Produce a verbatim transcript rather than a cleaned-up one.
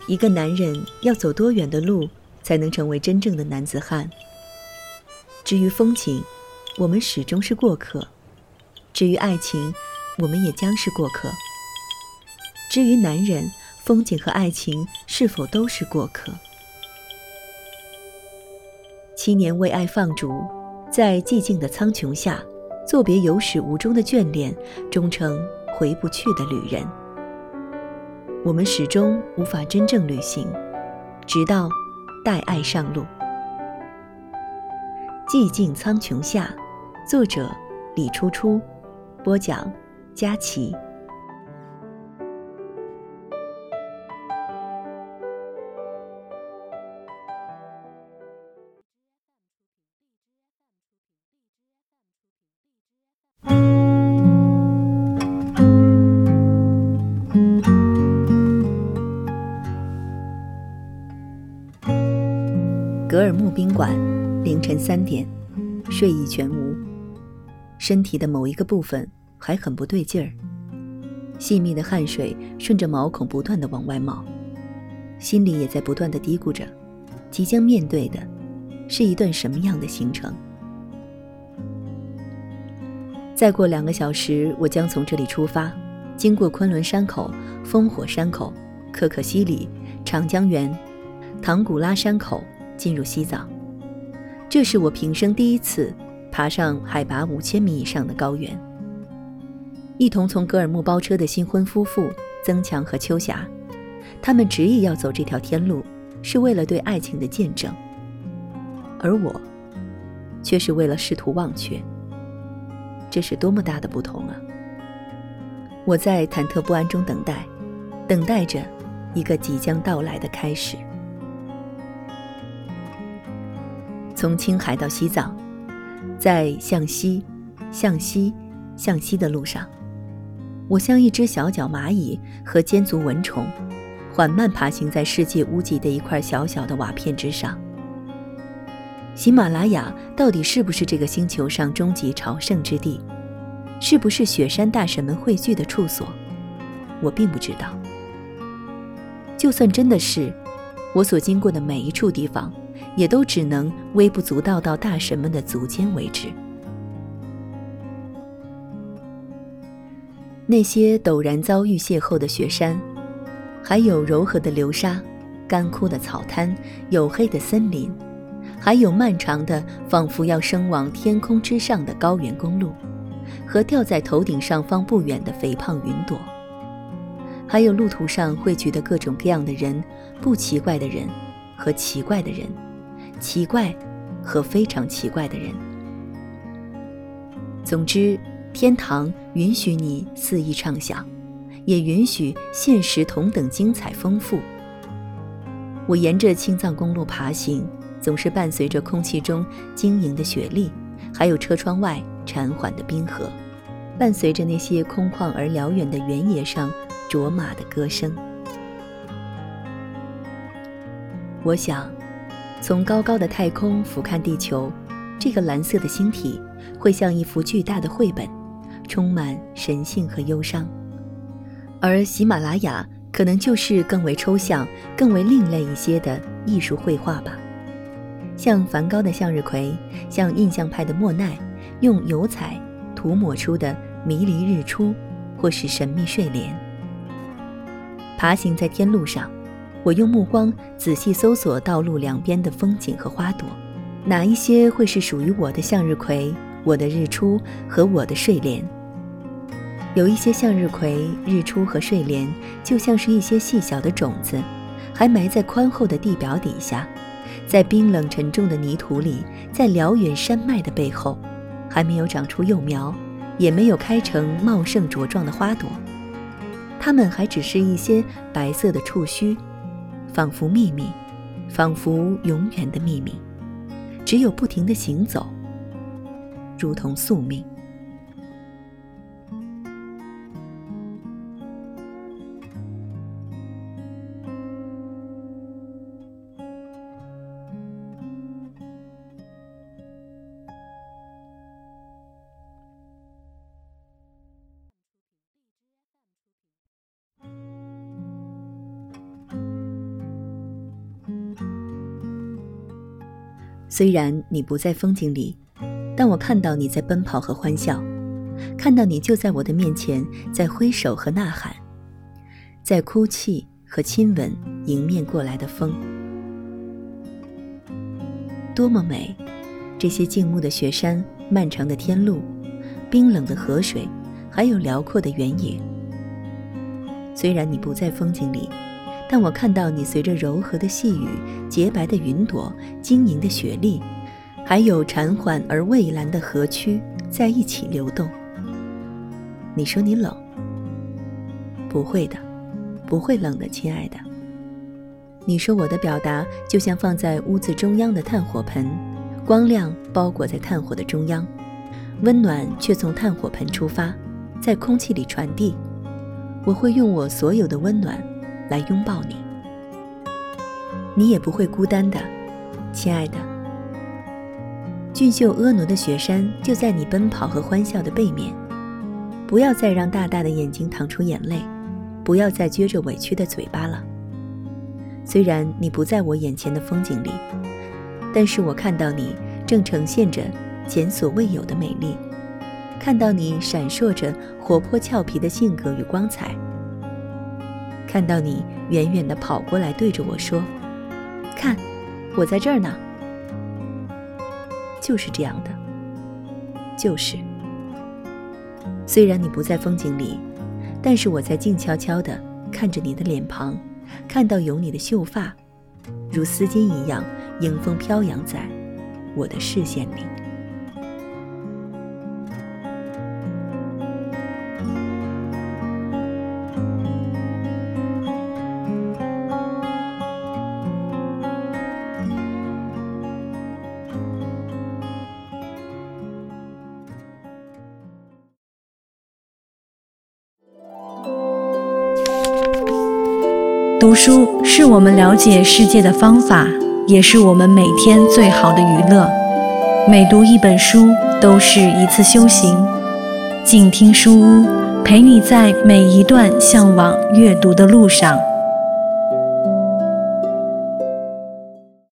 一个男人要走多远的路才能成为真正的男子汉？至于风景，我们始终是过客；至于爱情，我们也将是过客；至于男人，风景和爱情是否都是过客？七年为爱放逐，在寂静的苍穹下，作别有始无终的眷恋，终成回不去的旅人。我们始终无法真正旅行，直到带爱上路。寂静苍穹下，作者李初初，播讲佳琪。格尔木宾馆，凌晨三点，睡意全无，身体的某一个部分还很不对劲儿，细密的汗水顺着毛孔不断地往外冒，心里也在不断地嘀咕着，即将面对的是一段什么样的行程。再过两个小时，我将从这里出发，经过昆仑山口、烽火山口、可可西里、长江源、唐古拉山口，进入西藏。这是我平生第一次爬上海拔五千米以上的高原。一同从格尔木包车的新婚夫妇曾强和秋霞，他们执意要走这条天路，是为了对爱情的见证，而我却是为了试图忘却。这是多么大的不同啊！我在忐忑不安中等待，等待着一个即将到来的开始。从青海到西藏，在向西、向西、向西的路上，我像一只小脚蚂蚁和尖足蚊虫，缓慢爬行在世界屋脊的一块小小的瓦片之上。喜马拉雅到底是不是这个星球上终极朝圣之地？是不是雪山大神们汇聚的处所？我并不知道。就算真的是，我所经过的每一处地方，也都只能微不足道到大神们的足尖为止。那些陡然遭遇邂逅的雪山，还有柔和的流沙、干枯的草滩、黝黑的森林，还有漫长的仿佛要升往天空之上的高原公路，和吊在头顶上方不远的肥胖云朵，还有路途上汇聚的各种各样的人，不奇怪的人和奇怪的人，奇怪和非常奇怪的人。总之，天堂允许你肆意畅想，也允许现实同等精彩丰富。我沿着青藏公路爬行，总是伴随着空气中晶莹的雪粒，还有车窗外潺缓的冰河，伴随着那些空旷而辽远的原野上卓玛的歌声。我想，从高高的太空俯瞰地球，这个蓝色的星体会像一幅巨大的绘本，充满神性和忧伤。而喜马拉雅可能就是更为抽象、更为另类一些的艺术绘画吧。像梵高的向日葵，像印象派的莫奈用油彩涂抹出的迷离日出，或是神秘睡莲。爬行在天路上，我用目光仔细搜索道路两边的风景和花朵，哪一些会是属于我的向日葵、我的日出和我的睡莲？有一些向日葵、日出和睡莲就像是一些细小的种子，还埋在宽厚的地表底下，在冰冷沉重的泥土里，在辽远山脉的背后，还没有长出幼苗，也没有开成茂盛茁壮的花朵。它们还只是一些白色的触须，仿佛秘密，仿佛永远的秘密，只有不停地行走，如同宿命。 虽然你不在风景里，但我看到你在奔跑和欢笑，看到你就在我的面前，在挥手和呐喊，在哭泣和亲吻迎面过来的风。多么美！这些静穆的雪山，漫长的天路，冰冷的河水，还有辽阔的原野。虽然你不在风景里，但我看到你随着柔和的细雨、洁白的云朵、晶莹的雪粒，还有潺缓而蔚蓝的河曲在一起流动。你说你冷？不会的，不会冷的，亲爱的。你说我的表达就像放在屋子中央的炭火盆，光亮包裹在炭火的中央，温暖却从炭火盆出发，在空气里传递。我会用我所有的温暖来拥抱你。你也不会孤单的，亲爱的。俊秀婀娜的雪山就在你奔跑和欢笑的背面。不要再让大大的眼睛淌出眼泪，不要再撅着委屈的嘴巴了。虽然你不在我眼前的风景里，但是我看到你正呈现着前所未有的美丽，看到你闪烁着活泼俏皮的性格与光彩，看到你远远地跑过来对着我说，看，我在这儿呢。就是这样的，就是虽然你不在风景里，但是我在静悄悄地看着你的脸庞，看到有你的秀发如丝巾一样迎风飘扬在我的视线里。 读书是我们了解世界的方法，也是我们每天最好的娱乐。每读一本书都是一次修行。静听书屋，陪你在每一段向往阅读的路上。